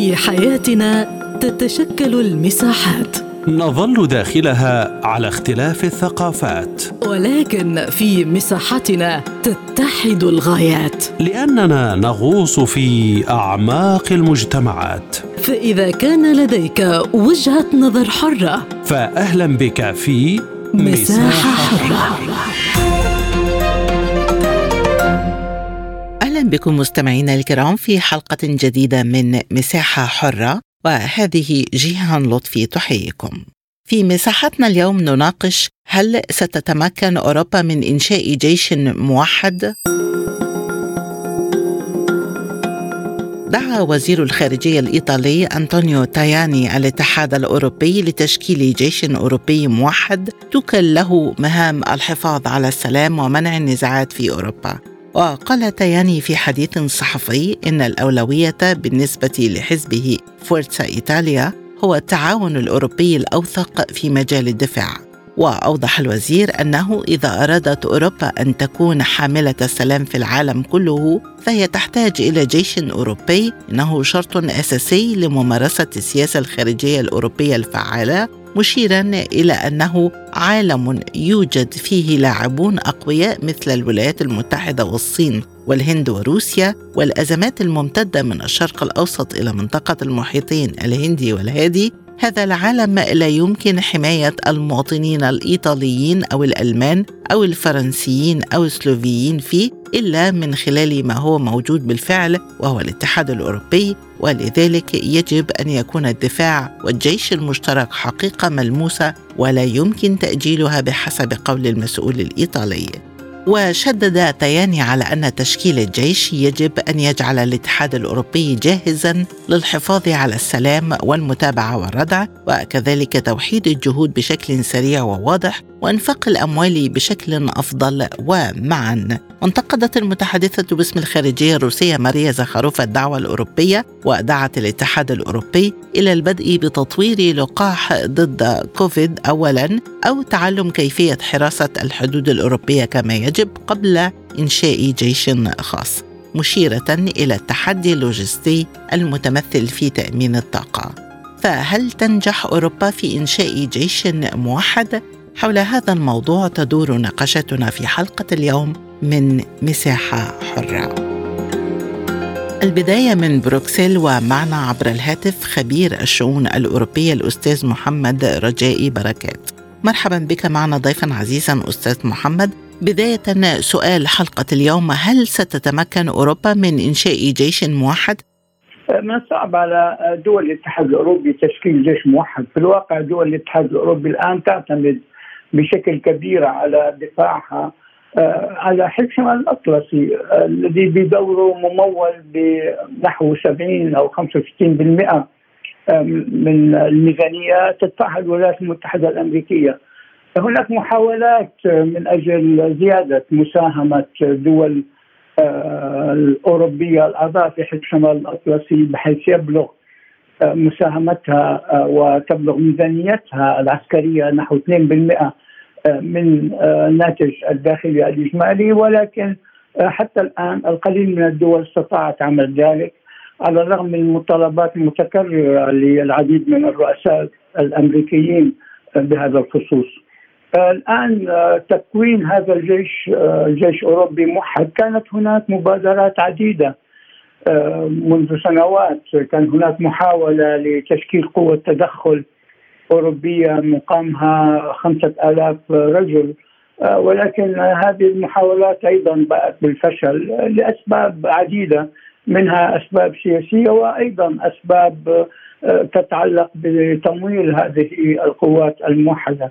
في حياتنا تتشكل المساحات، نظل داخلها على اختلاف الثقافات، ولكن في مساحتنا تتحد الغايات، لأننا نغوص في أعماق المجتمعات. فإذا كان لديك وجهة نظر حرة، فأهلا بك في مساحة حرة. أهلا بكم مستمعينا الكرام في حلقة جديدة من مساحة حرة، وهذه جيهان لطفي تحييكم. في مساحتنا اليوم نناقش: هل ستتمكن أوروبا من إنشاء جيش موحد؟ دعا وزير الخارجية الإيطالي أنطونيو تاياني الاتحاد الأوروبي لتشكيل جيش أوروبي موحد توكل له مهام الحفاظ على السلام ومنع النزاعات في أوروبا. وقال تاياني في حديث صحفي إن الأولوية بالنسبة لحزبه فورتسا إيطاليا هو التعاون الأوروبي الأوثق في مجال الدفاع. وأوضح الوزير أنه إذا أرادت أوروبا أن تكون حاملة السلام في العالم كله فهي تحتاج إلى جيش أوروبي، إنه شرط أساسي لممارسة السياسة الخارجية الأوروبية الفعالة، مشيرا إلى أنه عالم يوجد فيه لاعبون أقوياء مثل الولايات المتحدة والصين والهند وروسيا، والأزمات الممتدة من الشرق الأوسط إلى منطقة المحيطين الهندي والهادي. هذا العالم لا يمكن حماية المواطنين الإيطاليين أو الألمان أو الفرنسيين أو السلوفيين فيه إلا من خلال ما هو موجود بالفعل، وهو الاتحاد الأوروبي. ولذلك يجب أن يكون الدفاع والجيش المشترك حقيقة ملموسة ولا يمكن تأجيلها بحسب قول المسؤول الإيطالي. وشدد تاياني على أن تشكيل الجيش يجب أن يجعل الاتحاد الأوروبي جاهزاً للحفاظ على السلام والمتابعة والردع، وكذلك توحيد الجهود بشكل سريع وواضح وإنفاق الأموال بشكل أفضل ومعاً. وانتقدت المتحدثة باسم الخارجية الروسية ماريا زخاروفا الدعوة الأوروبية، ودعت الاتحاد الأوروبي إلى البدء بتطوير لقاح ضد كوفيد أولاً، أو تعلم كيفية حراسة الحدود الأوروبية كما يجب قبل إنشاء جيش خاص، مشيرة إلى التحدي اللوجستي المتمثل في تأمين الطاقة. فهل تنجح أوروبا في إنشاء جيش موحد؟ حول هذا الموضوع تدور نقاشتنا في حلقة اليوم من مساحة حرة. البداية من بروكسل، ومعنا عبر الهاتف خبير الشؤون الأوروبية الأستاذ محمد رجائي بركات. مرحبا بك معنا ضيفا عزيزا أستاذ محمد. بداية سؤال حلقة اليوم: هل ستتمكن أوروبا من إنشاء جيش موحد؟ من الصعب على دول الاتحاد الأوروبي تشكيل جيش موحد. في الواقع دول الاتحاد الأوروبي الآن تعتمد بشكل كبير على دفاعها على حلف شمال الأطلسي الذي بدوره ممول بنحو 70 أو 65% من الميزانية تدفعها الولايات المتحدة الأمريكية. هناك محاولات من أجل زيادة مساهمة دول الأوروبية الأعضاء في حلف شمال الأطلسي بحيث يبلغ مساهمتها وتبلغ ميزانيتها العسكرية نحو 2% من الناتج الداخلي الإجمالي، ولكن حتى الآن القليل من الدول استطاعت عمل ذلك على الرغم من المطالبات المتكررة للعديد من الرؤساء الأمريكيين بهذا الخصوص. الآن تكوين هذا الجيش جيش أوروبي موحد، كانت هناك مبادرات عديدة منذ سنوات. كان هناك محاولة لتشكيل قوة تدخل أوروبية مقامها 5000 رجل، ولكن هذه المحاولات أيضا باءت بالفشل لأسباب عديدة، منها أسباب سياسية وأيضا أسباب تتعلق بتمويل هذه القوات الموحدة.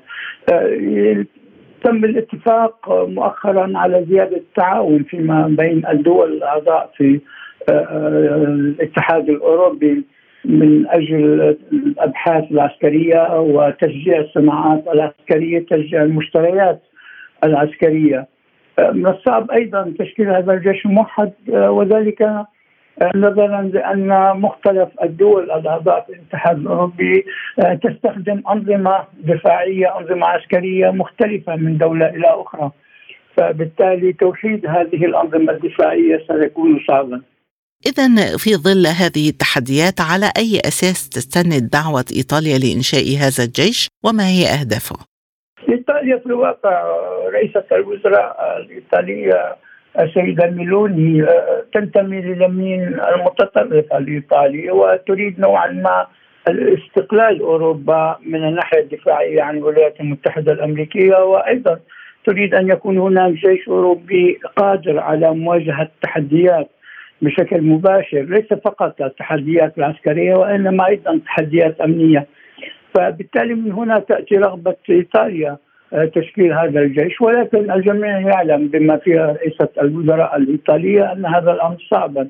تم الاتفاق مؤخرا على زيادة التعاون فيما بين الدول الأعضاء في الاتحاد الأوروبي من أجل الأبحاث العسكرية وتشجيع الصناعات العسكرية، تشجيع المشتريات العسكرية. من الصعب أيضا تشكيل هذا الجيش الموحد، وذلك نظرا لأن مختلف الدول الأعضاء في الاتحاد الأوروبي تستخدم أنظمة دفاعية، أنظمة عسكرية مختلفة من دولة إلى أخرى، فبالتالي توحيد هذه الأنظمة الدفاعية سيكون صعبا. إذن في ظل هذه التحديات على أي أساس تستند دعوة إيطاليا لإنشاء هذا الجيش وما هي أهدافه؟ إيطاليا في الواقع رئيسة الوزراء الإيطالية السيدة ميلوني تنتمي لليمين المتطرف الإيطالي وتريد نوعا ما الاستقلال أوروبا من الناحية الدفاعية عن الولايات المتحدة الأمريكية، وأيضا تريد أن يكون هناك جيش أوروبي قادر على مواجهة التحديات بشكل مباشر، ليس فقط التحديات العسكرية وإنما أيضا تحديات أمنية. فبالتالي من هنا تأتي رغبة إيطاليا تشكيل هذا الجيش، ولكن الجميع يعلم بما فيها رئيسة الوزراء الإيطالية أن هذا الأمر صعب.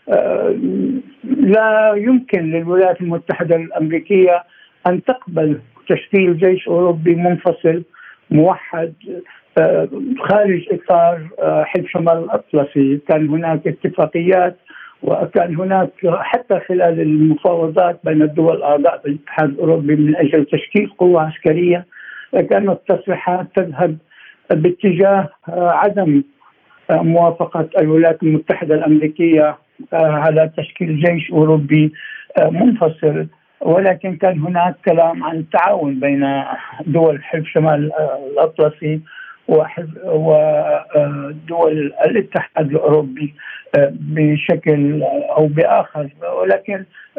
لا يمكن للولايات المتحدة الأمريكية أن تقبل تشكيل جيش أوروبي منفصل موحد خارج إطار حلف شمال الأطلسي. كان هناك اتفاقيات وكان هناك حتى خلال المفاوضات بين الدول الأعضاء في الاتحاد الأوروبي من أجل تشكيل قوة عسكرية، كانت التصريحات تذهب باتجاه عدم موافقة الولايات المتحدة الأمريكية على تشكيل جيش أوروبي منفصل، ولكن كان هناك كلام عن التعاون بين دول حلف شمال الأطلسي ودول الاتحاد الأوروبي بشكل أو بآخر. ولكن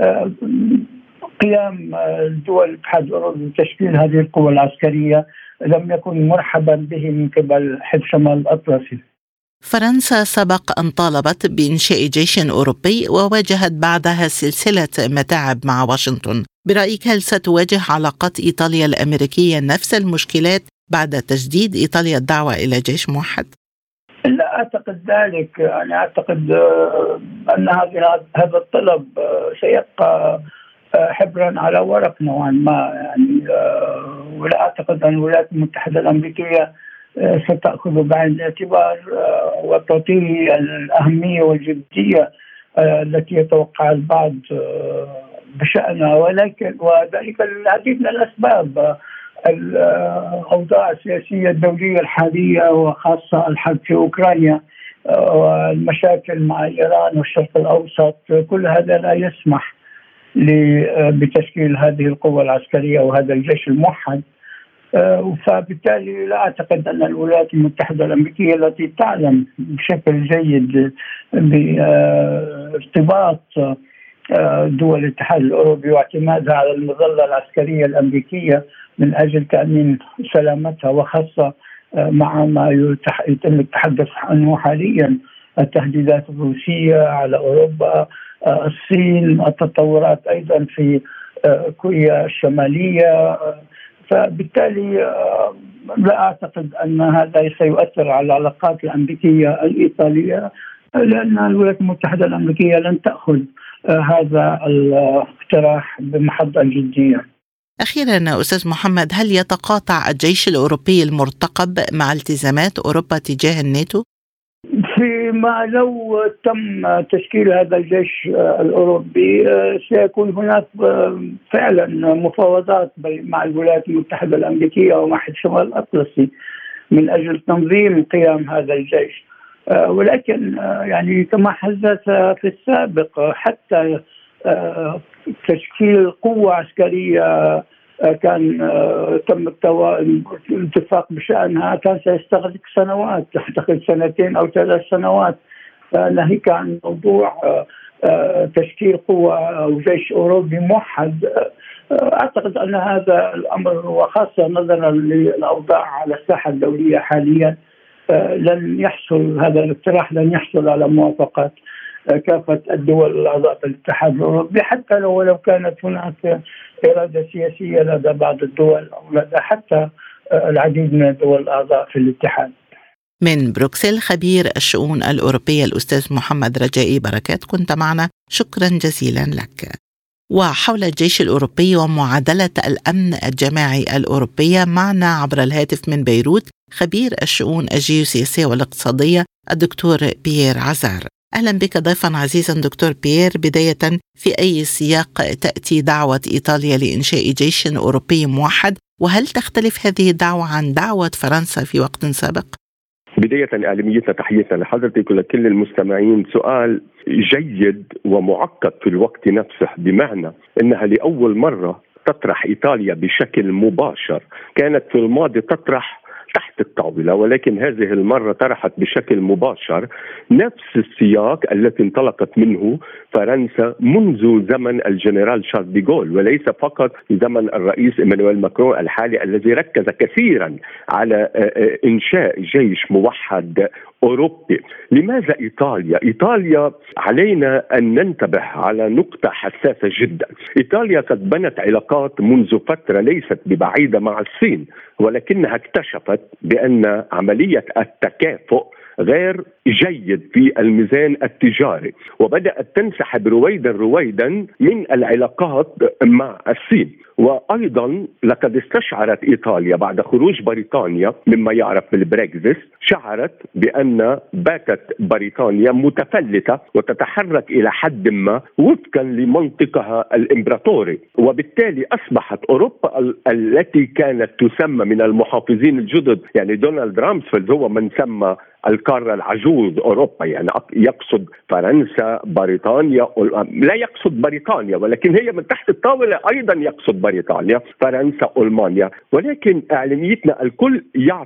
قيام دول الاتحاد الأوروبي بتشكيل هذه القوى العسكرية لم يكن مرحبا به من قبل حلف شمال الأطلسي. فرنسا سبق أن طالبت بإنشاء جيش أوروبي وواجهت بعدها سلسلة متاعب مع واشنطن. برأيك هل ستواجه علاقات إيطاليا الأمريكية نفس المشكلات بعد تجديد إيطاليا الدعوة إلى جيش موحد؟ لا أعتقد ذلك. أنا أعتقد أن هذا الطلب سيبقى حبرا على ورق نوعا ما، يعني ولا أعتقد أن الولايات المتحدة الأمريكية ستأخذ بعين الاعتبار وتعطيه الأهمية والجدية التي يتوقع البعض بشأنها، ولكن وذلك العديد من الأسباب. الأوضاع السياسية الدولية الحالية وخاصة الحرب في أوكرانيا والمشاكل مع إيران والشرق الأوسط، كل هذا لا يسمح بتشكيل هذه القوة العسكرية وهذا الجيش الموحد. فبالتالي لا أعتقد أن الولايات المتحدة الأمريكية التي تعلم بشكل جيد بارتباط دول الاتحاد الأوروبي واعتمادها على المظلة العسكرية الأمريكية من أجل تأمين سلامتها، وخاصة مع ما يتم التحدث عنه حاليا، التهديدات الروسية على أوروبا، الصين، التطورات أيضا في كوريا الشمالية. فبالتالي لا أعتقد أن هذا سيؤثر على العلاقات الأمريكية الإيطالية، لأن الولايات المتحدة الأمريكية لن تأخذ هذا الاقتراح بمحضة جدية. أخيرا أستاذ محمد، هل يتقاطع الجيش الأوروبي المرتقب مع التزامات أوروبا تجاه الناتو؟ فيما لو تم تشكيل هذا الجيش الأوروبي سيكون هناك فعلا مفاوضات مع الولايات المتحدة الأمريكية ومع حلف شمال الأطلسي من أجل تنظيم قيام هذا الجيش، ولكن يعني كما حدث في السابق حتى تشكيل قوة عسكرية كان تم الاتفاق بشأنها كان سيستغرق سنوات، أعتقد 2 أو 3 سنوات. ناهيك عن موضوع تشكيل قوة أو جيش أوروبي موحد. أعتقد أن هذا الأمر وخاصة نظرا للأوضاع على الساحة الدولية حاليا لن يحصل هذا الاقتراح، لن يحصل على موافقة كافة الدول الأعضاء في الاتحاد الأوروبي، حتى لو كانت هناك إرادة سياسية لدى بعض الدول أو لدى حتى العديد من الدول الأعضاء في الاتحاد. من بروكسل خبير الشؤون الأوروبية الأستاذ محمد رجائي بركات، كنت معنا، شكرا جزيلا لك. وحول الجيش الأوروبي ومعادلة الأمن الجماعي الأوروبية معنا عبر الهاتف من بيروت خبير الشؤون الجيوسياسية والاقتصادية الدكتور بيير عزار. أهلا بك ضيفا عزيزا دكتور بيير. بداية، في أي سياق تأتي دعوة إيطاليا لإنشاء جيش أوروبي موحد؟ وهل تختلف هذه الدعوة عن دعوة فرنسا في وقت سابق؟ بداية إعلاميتنا تحياتنا لحضرتك ولكل المستمعين. سؤال جيد ومعقد في الوقت نفسه، بمعنى أنها لأول مرة تطرح إيطاليا بشكل مباشر. كانت في الماضي تطرح تحت الطاولة، ولكن هذه المرة طرحت بشكل مباشر نفس السياق التي انطلقت منه فرنسا منذ زمن الجنرال شارل دي غول، وليس فقط في زمن الرئيس إيمانويل ماكرون الحالي الذي ركز كثيرا على إنشاء جيش موحد أوروبي. لماذا إيطاليا؟ إيطاليا علينا أن ننتبه على نقطة حساسة جدا. إيطاليا قد بنت علاقات منذ فترة ليست ببعيدة مع الصين، ولكنها اكتشفت بأن عملية التكافؤ غير جيد في الميزان التجاري، وبدأت تنسحب رويدا من العلاقات مع الصين. وأيضا لقد استشعرت إيطاليا بعد خروج بريطانيا مما يعرف بالبريكزيت، شعرت بأن باتت بريطانيا متفلتة وتتحرك إلى حد ما وفقا لمنطقها الإمبراطوري، وبالتالي أصبحت أوروبا التي كانت تسمى من المحافظين الجدد، يعني دونالد رامسفيلد هو من سمى القارة العجوز أوروبا، يعني يقصد فرنسا، بريطانيا، لا يقصد بريطانيا ولكن هي من تحت الطاولة أيضا يقصد بريطانيا، فرنسا، ألمانيا. ولكن إعلاميتنا الكل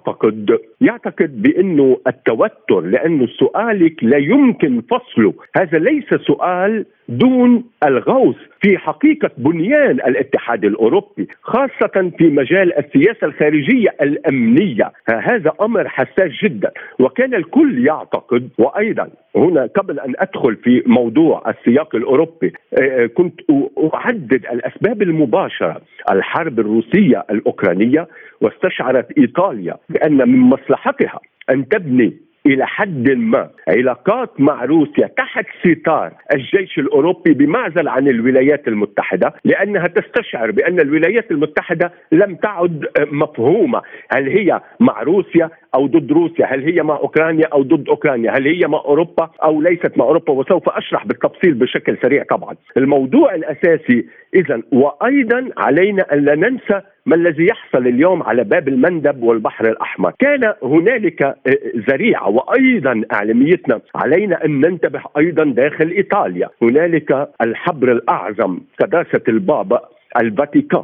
يعتقد بأنه التوتر، لأنه سؤالك لا يمكن فصله، هذا ليس سؤال دون الغوص في حقيقة بنيان الاتحاد الأوروبي، خاصة في مجال السياسة الخارجية الأمنية. هذا أمر حساس جدا، وكان الكل يعتقد. وأيضا هنا قبل أن أدخل في موضوع السياق الأوروبي كنت أعدد الأسباب المباشرة: الحرب الروسية الأوكرانية، واستشعرت إيطاليا بأن من مصلحتها أن تبني إلى حد ما علاقات مع روسيا تحت ستار الجيش الأوروبي بمعزل عن الولايات المتحدة، لأنها تستشعر بأن الولايات المتحدة لم تعد مفهومة. هل هي مع روسيا أو ضد روسيا؟ هل هي مع أوكرانيا أو ضد أوكرانيا؟ هل هي مع أوروبا أو ليست مع أوروبا؟ وسوف أشرح بالتفصيل بشكل سريع طبعا الموضوع الأساسي. إذن وأيضا علينا أن لا ننسى ما الذي يحصل اليوم على باب المندب والبحر الأحمر. كان هنالك ذريعة، وأيضا إعلاميتنا علينا أن ننتبه أيضا داخل إيطاليا. هنالك الحبر الأعظم قداسة البابا الفاتيكان.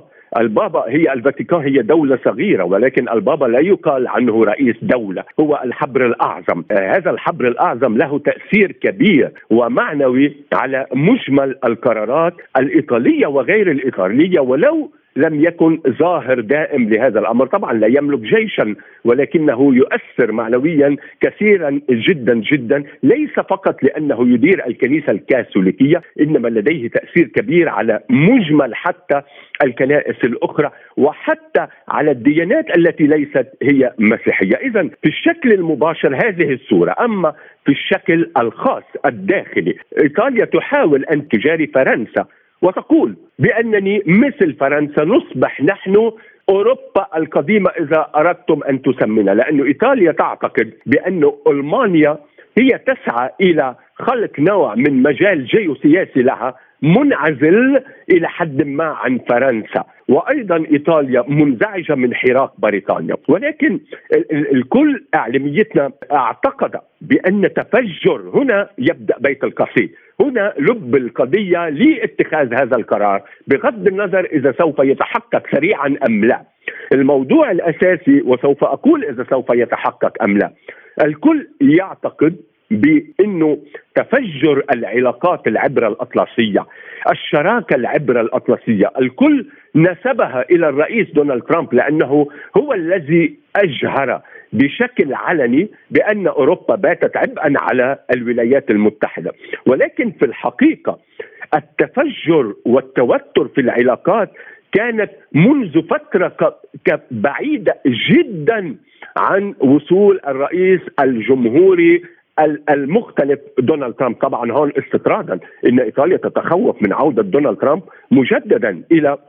الفاتيكان هي دولة صغيرة، ولكن البابا لا يقال عنه رئيس دولة، هو الحبر الأعظم. هذا الحبر الأعظم له تأثير كبير ومعنوي على مجمل القرارات الإيطالية وغير الإيطالية، ولو لم يكن ظاهر دائم لهذا الأمر. طبعا لا يملك جيشا، ولكنه يؤثر معنويا كثيرا جدا جدا، ليس فقط لأنه يدير الكنيسة الكاثوليكية، إنما لديه تأثير كبير على مجمل حتى الكنائس الأخرى، وحتى على الديانات التي ليست هي مسيحية. إذن في الشكل المباشر هذه الصورة. أما في الشكل الخاص الداخلي، إيطاليا تحاول أن تجاري فرنسا وتقول بأنني مثل فرنسا نصبح نحن أوروبا القديمة إذا أردتم أن تسمينا، لأن إيطاليا تعتقد بأن ألمانيا هي تسعى إلى خلق نوع من مجال جيوسياسي لها منعزل إلى حد ما عن فرنسا. وأيضا إيطاليا منزعجة من حراك بريطانيا. ولكن الكل إعلاميتنا اعتقد بأن تفجر هنا يبدأ بيت القصيد، هنا لب القضية لاتخاذ هذا القرار، بغض النظر إذا سوف يتحقق سريعا أم لا. الموضوع الأساسي، وسوف أقول إذا سوف يتحقق أم لا، الكل يعتقد بأنه تفجر العلاقات العبر الأطلسية، الشراكة العبر الأطلسية، الكل نسبها إلى الرئيس دونالد ترامب، لأنه هو الذي أجهر بشكل علني بأن أوروبا باتت عبئا على الولايات المتحدة. ولكن في الحقيقة التفجر والتوتر في العلاقات كانت منذ فترة بعيدة جدا عن وصول الرئيس الجمهوري المختلف دونالد ترامب. طبعا هون استطرادا ان ايطاليا تتخوف من عودة دونالد ترامب مجددا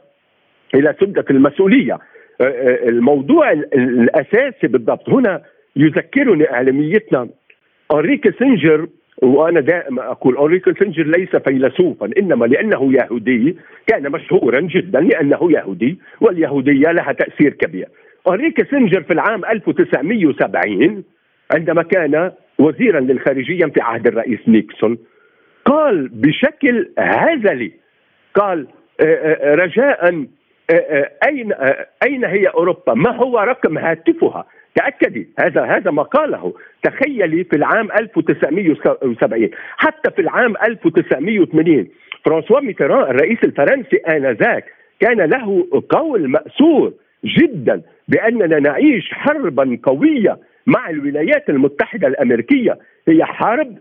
الى سدة المسؤولية. الموضوع الاساسي بالضبط هنا يذكرني اعلاميتنا أنري كيسنجر، وانا دائما اقول أنري كيسنجر ليس فيلسوفا، انما لانه يهودي كان مشهورا جدا لانه يهودي، واليهودية لها تأثير كبير. أنري كيسنجر في العام 1970 عندما كان وزيرا للخارجية في عهد الرئيس نيكسون قال بشكل هزلي، قال رجاء أين هي أوروبا؟ ما هو رقم هاتفها؟ تأكدي، هذا ما قاله. تخيلي في العام 1970 حتى في العام 1980 فرانسوا ميتران الرئيس الفرنسي آنذاك كان له قول مأسور جدا بأننا نعيش حربا قوية مع الولايات المتحدة الأمريكية. هي حرب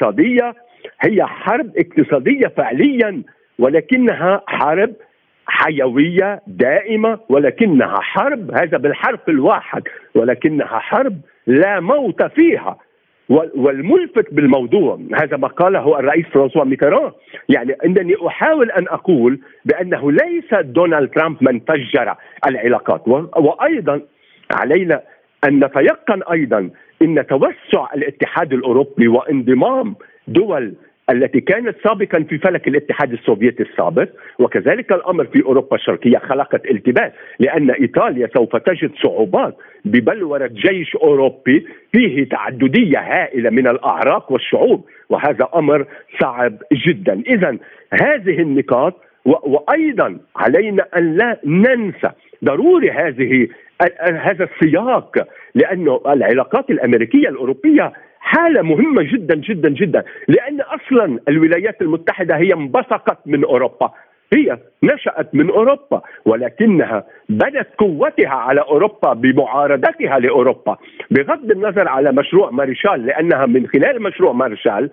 اقتصادية فعليا، ولكنها حرب حيوية دائمة، ولكنها حرب، هذا بالحرف الواحد، ولكنها حرب لا موت فيها. والملفت بالموضوع هذا ما قاله الرئيس فرانسوا ميتران، يعني أنني أحاول أن أقول بأنه ليس دونالد ترامب من فجر العلاقات. وأيضا علينا أن نتيقن أيضا أن توسع الاتحاد الأوروبي وانضمام دول التي كانت سابقا في فلك الاتحاد السوفيتي السابق وكذلك الأمر في أوروبا الشرقية خلقت التباس، لأن إيطاليا سوف تجد صعوبات ببلورة جيش أوروبي فيه تعددية هائلة من الأعراق والشعوب، وهذا أمر صعب جدا. إذن هذه النقاط، وأيضا علينا أن لا ننسى ضروري هذا السياق، لأنه العلاقات الأمريكية الأوروبية حالة مهمة جدا جدا جدا، لأن أصلا الولايات المتحدة هي انبثقت من أوروبا، هي نشأت من أوروبا، ولكنها بنت قوتها على أوروبا بمعارضتها لأوروبا، بغض النظر على مشروع مارشال، لأنها من خلال مشروع مارشال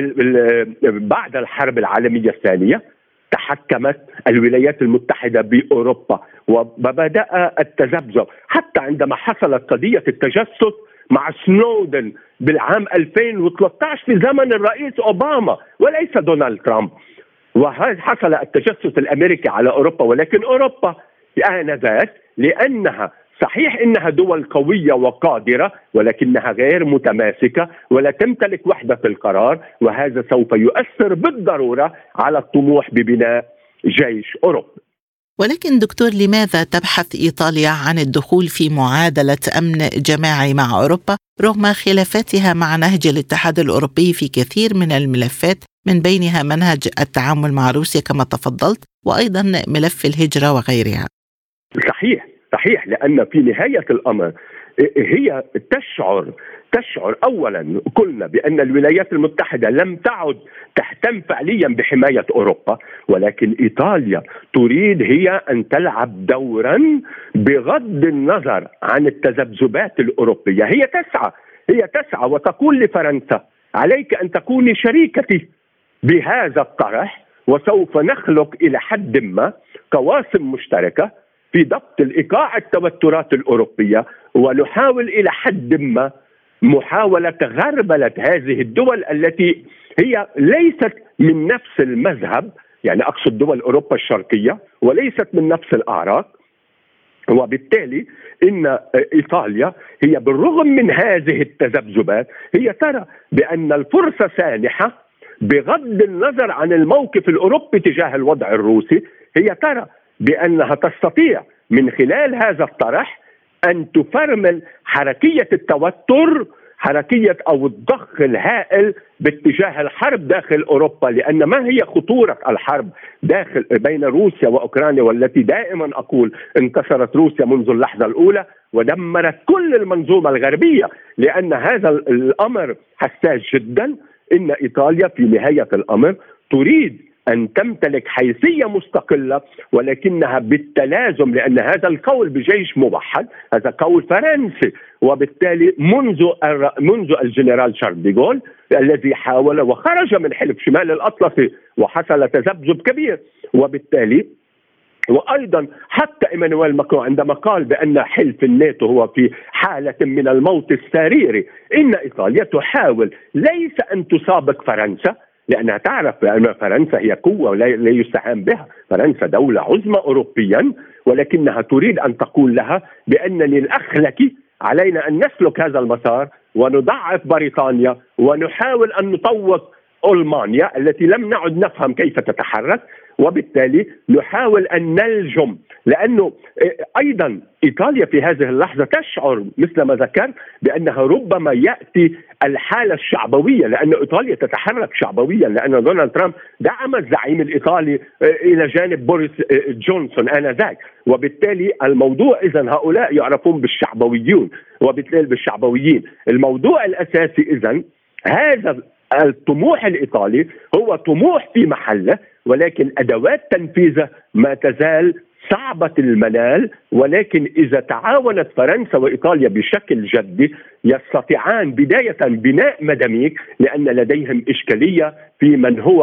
بعد الحرب العالمية الثانية تحكمت الولايات المتحدة بأوروبا وبدأ التذبذب، حتى عندما حصلت قضية التجسس مع سنودن بالعام 2013 في زمن الرئيس أوباما وليس دونالد ترامب، وهذا حصل التجسس الأمريكي على أوروبا، ولكن أوروبا آنذاك لأنها صحيح إنها دول قوية وقادرة ولكنها غير متماسكة ولا تمتلك وحدة القرار، وهذا سوف يؤثر بالضرورة على الطموح ببناء جيش أوروبي. ولكن دكتور، لماذا تبحث إيطاليا عن الدخول في معادلة أمن جماعي مع أوروبا رغم خلافاتها مع نهج الاتحاد الأوروبي في كثير من الملفات، من بينها منهج التعامل مع روسيا كما تفضلت، وأيضا ملف الهجرة وغيرها؟ صحيح، لأن في نهاية الأمر هي تشعر أولا قلنا بأن الولايات المتحدة لم تعد تهتم فعليا بحماية أوروبا، ولكن إيطاليا تريد هي أن تلعب دورا بغض النظر عن التذبذبات الأوروبية. هي تسعى وتقول لفرنسا عليك أن تكوني شريكتي بهذا الطرح، وسوف نخلق إلى حد ما قواسم مشتركة في ضبط الإيقاع التوترات الأوروبية، ونحاول إلى حد ما محاولة غربلة هذه الدول التي هي ليست من نفس المذهب، يعني أقصد دول أوروبا الشرقية، وليست من نفس الأعراق. وبالتالي إن إيطاليا هي بالرغم من هذه التذبذبات هي ترى بأن الفرصة سانحة بغض النظر عن الموقف الأوروبي تجاه الوضع الروسي، هي ترى بأنها تستطيع من خلال هذا الطرح أن تفرمل حركية التوتر، حركية أو الضخ الهائل باتجاه الحرب داخل أوروبا. لأن ما هي خطورة الحرب بين روسيا وأوكرانيا، والتي دائما أقول انتصرت روسيا منذ اللحظة الأولى ودمرت كل المنظومة الغربية، لأن هذا الأمر حساس جدا. إن إيطاليا في نهاية الأمر تريد أن تمتلك حيثية مستقلة، ولكنها بالتلازم، لأن هذا القول بجيش موحد هذا قول فرنسي، وبالتالي منذ الجنرال شارل دي غول الذي حاول وخرج من حلف شمال الأطلسي وحصل تذبذب كبير. وبالتالي وأيضا حتى إيمانويل ماكرون عندما قال بأن حلف الناتو هو في حالة من الموت السريري، إن إيطاليا تحاول ليس أن تسابق فرنسا، لأنها تعرف بأن فرنسا هي قوة لا يستهان بها، فرنسا دولة عظمى أوروبيا، ولكنها تريد أن تقول لها بأنني الأخ لك، علينا أن نسلك هذا المسار ونضعف بريطانيا ونحاول أن نطوق ألمانيا التي لم نعد نفهم كيف تتحرك، وبالتالي نحاول أن نلجم، لأنه أيضا إيطاليا في هذه اللحظة تشعر مثل ما ذكرت بأنها ربما يأتي الحالة الشعبوية، لأن إيطاليا تتحرك شعبويا، لأن دونالد ترامب دعم الزعيم الإيطالي إلى جانب بوريس جونسون آنذاك، وبالتالي الموضوع إذن هؤلاء يعرفون بالشعبويون، وبالتالي بالشعبويين. الموضوع الأساسي إذن هذا الطموح الإيطالي هو طموح في محله، ولكن أدوات تنفيذه ما تزال صعبة المنال. ولكن إذا تعاونت فرنسا وإيطاليا بشكل جدي يستطيعان بداية بناء مداميك، لأن لديهم إشكالية في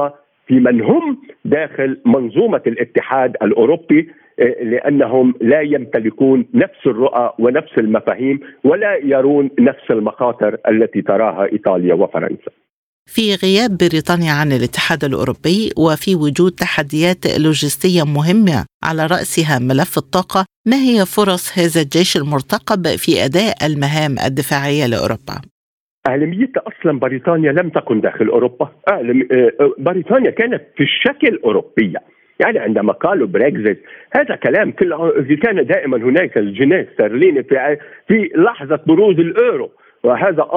من هم داخل منظومة الاتحاد الأوروبي، لأنهم لا يمتلكون نفس الرؤى ونفس المفاهيم ولا يرون نفس المخاطر التي تراها إيطاليا وفرنسا. في غياب بريطانيا عن الاتحاد الأوروبي وفي وجود تحديات لوجستية مهمة على رأسها ملف الطاقة، ما هي فرص هذا الجيش المرتقب في أداء المهام الدفاعية لأوروبا؟ أهميتها أصلا بريطانيا لم تكن داخل أوروبا، بريطانيا كانت في الشكل أوروبية. يعني عندما قالوا بريكزيت هذا كلام كان دائما هناك الجنيه استرليني في لحظة بروز الأورو، وهذا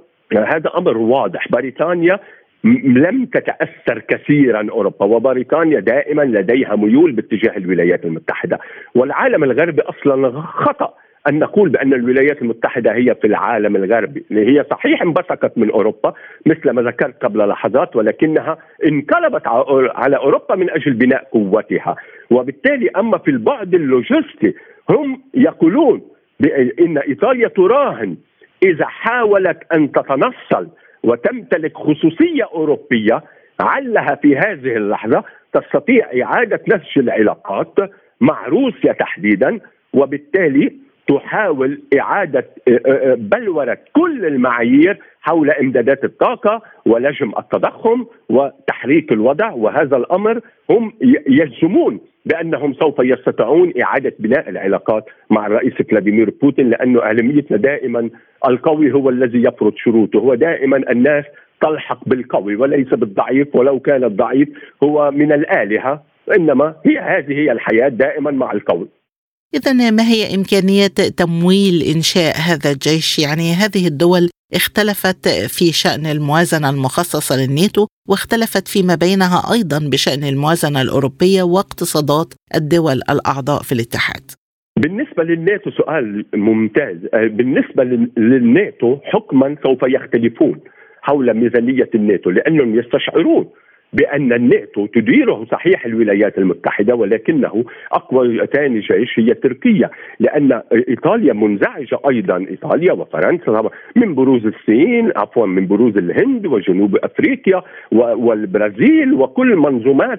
أمر واضح. بريطانيا لم تتأثر كثيرا أوروبا، وبريطانيا دائما لديها ميول باتجاه الولايات المتحدة. والعالم الغربي أصلا خطأ أن نقول بأن الولايات المتحدة هي في العالم الغربي، هي صحيح انبثقت من أوروبا مثل ما ذكرت قبل لحظات، ولكنها انقلبت على أوروبا من أجل بناء قوتها. وبالتالي أما في البعد اللوجستي هم يقولون بأن إيطاليا تراهن إذا حاولت أن تتنصل وتمتلك خصوصية أوروبية علها في هذه اللحظة تستطيع إعادة نسج العلاقات مع روسيا تحديدا، وبالتالي تحاول إعادة بلورة كل المعايير حول إمدادات الطاقة ولجم التضخم وتحريك الوضع. وهذا الأمر هم يجزمون بأنهم سوف يستطيعون إعادة بناء العلاقات مع الرئيس فلاديمير بوتين، لأنه أهميتنا دائما القوي هو الذي يفرض شروطه، هو دائما الناس تلحق بالقوي وليس بالضعيف، ولو كان الضعيف هو من الآلهة، إنما هذه هي الحياة دائما مع القوي. إذن ما هي إمكانية تمويل إنشاء هذا الجيش؟ يعني هذه الدول اختلفت في شأن الموازنة المخصصة للناتو، واختلفت فيما بينها أيضا بشأن الموازنة الأوروبية واقتصادات الدول الأعضاء في الاتحاد. بالنسبة للناتو سؤال ممتاز. بالنسبة للناتو حكما سوف يختلفون حول ميزانية الناتو، لأنهم يستشعرون بأن الناتو تديره صحيح الولايات المتحدة، ولكنه أقوى ثاني جيش هي تركيا، لأن إيطاليا منزعجة أيضا، إيطاليا وفرنسا من بروز الصين، من بروز الهند وجنوب أفريقيا والبرازيل وكل منظومات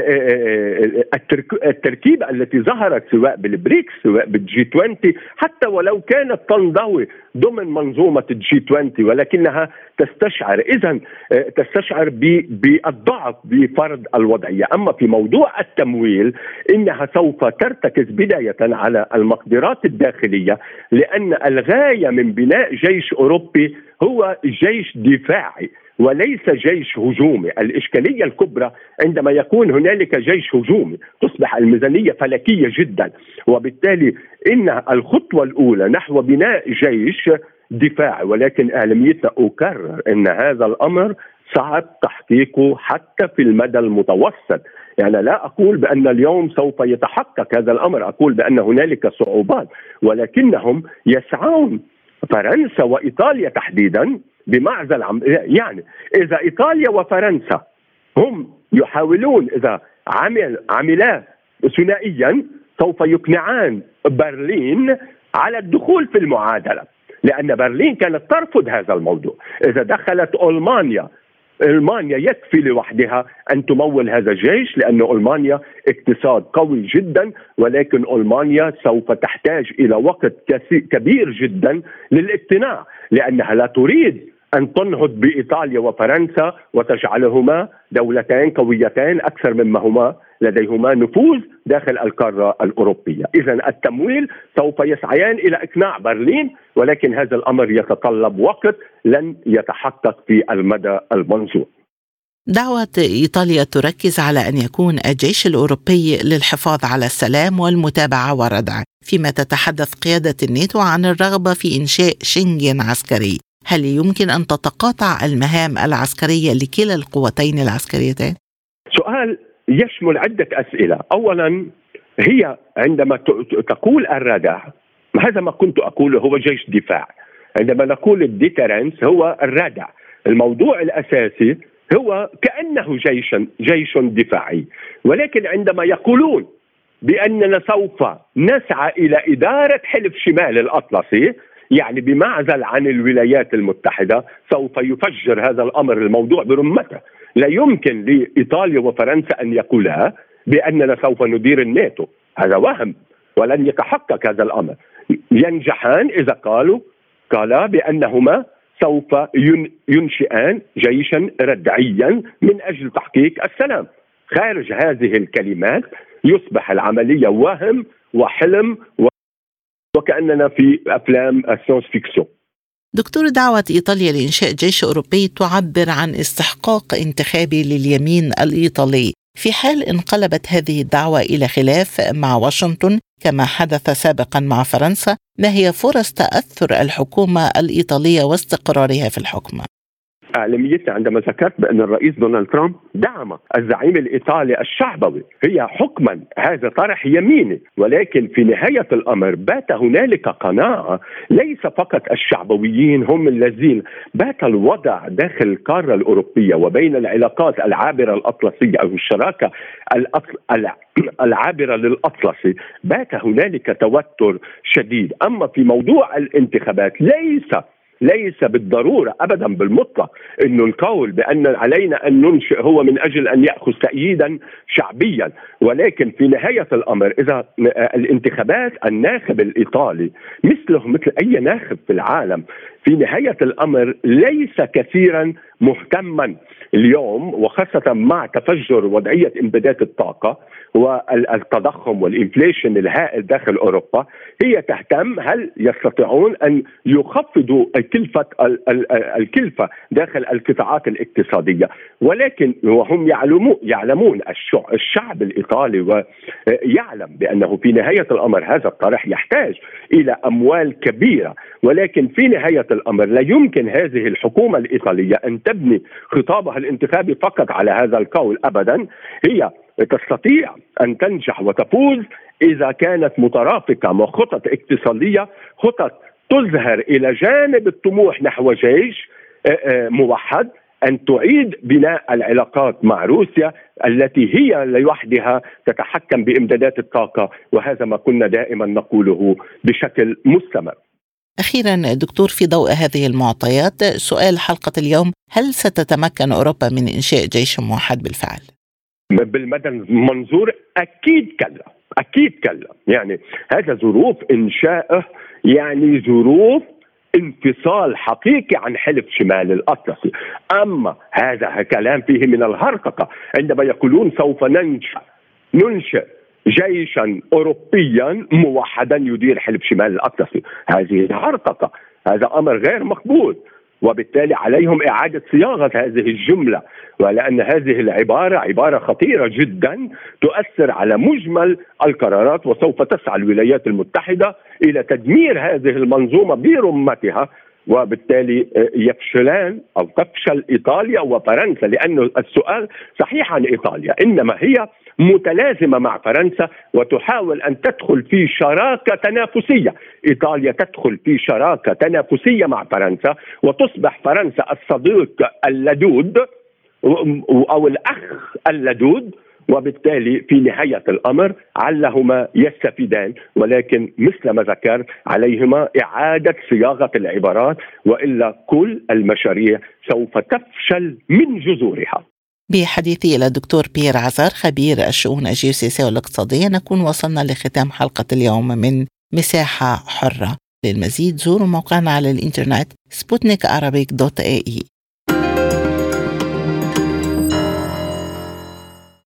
التركيبة التي ظهرت سواء بالبريكس سواء بالجي 20، حتى ولو كانت تنضوي ضمن منظومة الجي 20، ولكنها تستشعر بالضعف بفرض الوضعية. أما في موضوع التمويل إنها سوف ترتكز بداية على المقدرات الداخلية، لأن الغاية من بناء جيش أوروبي هو جيش دفاعي وليس جيش هجومي. الإشكالية الكبرى عندما يكون هنالك جيش هجومي تصبح الميزانية فلكية جدا، وبالتالي إن الخطوة الأولى نحو بناء جيش دفاعي، ولكن أهميتنا أكرر أن هذا الأمر صعب تحقيقه حتى في المدى المتوسط. يعني لا أقول بأن اليوم سوف يتحقق هذا الأمر، أقول بأن هنالك صعوبات، ولكنهم يسعون فرنسا وإيطاليا تحديدا بمعزل يعني إذا إيطاليا وفرنسا هم يحاولون إذا عملا ثنائيا سوف يقنعان برلين على الدخول في المعادلة، لأن برلين كانت ترفض هذا الموضوع. إذا دخلت ألمانيا يكفي لوحدها أن تمول هذا الجيش، لأن ألمانيا اقتصاد قوي جدا، ولكن ألمانيا سوف تحتاج إلى وقت كبير جدا للاقتناع، لأنها لا تريد أن تنهض بإيطاليا وفرنسا وتجعلهما دولتين قويتين أكثر مما هما لديهما نفوذ داخل القارة الأوروبية. إذن التمويل سوف يسعيان إلى إقناع برلين، ولكن هذا الأمر يتطلب وقت لن يتحقق في المدى المنظور. دعوة إيطاليا تركز على أن يكون الجيش الأوروبي للحفاظ على السلام والمتابعة والردع، فيما تتحدث قيادة الناتو عن الرغبة في إنشاء شنغن عسكري. هل يمكن أن تتقاطع المهام العسكرية لكلا القوتين العسكريتين؟ سؤال يشمل عدة أسئلة. أولا، هي عندما تقول الردع، هذا ما كنت أقوله، هو جيش دفاع. عندما نقول الديترنس هو الردع. الموضوع الأساسي هو كأنه جيش دفاعي، ولكن عندما يقولون بأننا سوف نسعى إلى إدارة حلف شمال الأطلسي، يعني بمعزل عن الولايات المتحدة، سوف يفجر هذا الأمر الموضوع برمته. لا يمكن لإيطاليا وفرنسا أن يقولا بأننا سوف ندير الناتو، هذا وهم ولن يتحقق هذا الأمر. ينجحان إذا قالا بأنهما سوف ينشئان جيشا ردعيا من أجل تحقيق السلام. خارج هذه الكلمات يصبح العملية وهم وحلم وكأننا في أفلام الساينس فيكسيون. دكتور، دعوة إيطاليا لإنشاء جيش أوروبي تعبر عن استحقاق انتخابي لليمين الإيطالي. في حال انقلبت هذه الدعوة إلى خلاف مع واشنطن كما حدث سابقا مع فرنسا، ما هي فرص تأثر الحكومة الإيطالية واستقرارها في الحكم؟ أعلميتي عندما ذكرت بأن الرئيس دونالد ترامب دعم الزعيم الإيطالي الشعبوي، هي حكما هذا طرح يميني، ولكن في نهاية الأمر بات هنالك قناعة ليس فقط الشعبويين هم الذين بات الوضع داخل القارة الأوروبية وبين العلاقات العابرة الأطلسية أو الشراكة العابرة للأطلسي، بات هنالك توتر شديد. أما في موضوع الانتخابات ليس بالضرورة أبدا بالمطلق أنه القول بأن علينا أن ننشئ هو من أجل أن يأخذ تأييدا شعبيا، ولكن في نهاية الأمر إذا الانتخابات الناخب الإيطالي مثل أي ناخب في العالم في نهاية الأمر ليس كثيرا مهتما اليوم، وخاصة مع تفجر وضعية امدادات الطاقة والتضخم والإنفليشن الهائل داخل أوروبا، هي تهتم هل يستطيعون أن يخفضوا الكلفة داخل القطاعات الاقتصادية. ولكن وهم يعلمون الشعب الإيطالي ويعلم بأنه في نهاية الأمر هذا الطرح يحتاج إلى أموال كبيرة، ولكن في نهاية الأمر لا يمكن هذه الحكومة الإيطالية أن تبني خطابها الانتخابي فقط على هذا القول أبدا. هي تستطيع أن تنجح وتفوز إذا كانت مترافقة مع خطط اقتصادية، خطط تظهر إلى جانب الطموح نحو جيش موحد، أن تعيد بناء العلاقات مع روسيا التي هي لوحدها تتحكم بإمدادات الطاقة، وهذا ما كنا دائما نقوله بشكل مستمر. أخيرا دكتور، في ضوء هذه المعطيات سؤال حلقة اليوم: هل ستتمكن أوروبا من إنشاء جيش موحد بالفعل؟ بالمدى المنظور أكيد كلا. يعني هذا ظروف إنشائه يعني ظروف انفصال حقيقي عن حلف شمال الأطلسي. أما هذا كلام فيه من الهرطقة عندما يقولون سوف ننشئ جيشا أوروبيا موحدا يدير حلف شمال الأطلسي، هذه هرطقة، هذا أمر غير مقبول، وبالتالي عليهم إعادة صياغة هذه الجملة، ولأن هذه العبارة عبارة خطيرة جدا تؤثر على مجمل القرارات، وسوف تسعى الولايات المتحدة إلى تدمير هذه المنظومة برمتها، وبالتالي يفشلان أو تفشل إيطاليا وفرنسا. لأن السؤال صحيح عن إيطاليا، إنما هي متلازمة مع فرنسا وتحاول أن تدخل في شراكة تنافسية. إيطاليا تدخل في شراكة تنافسية مع فرنسا وتصبح فرنسا الصديق اللدود أو الأخ اللدود، وبالتالي في نهاية الأمر علهما يستفيدان، ولكن مثل ما ذكر عليهما إعادة صياغة العبارات، وإلا كل المشاريع سوف تفشل من جذورها. بحديثي إلى الدكتور بيير عزار خبير الشؤون الجيوسياسية والاقتصادية نكون وصلنا لختام حلقة اليوم من مساحة حرة. للمزيد زوروا موقعنا على الإنترنت sputnikarabic.ae.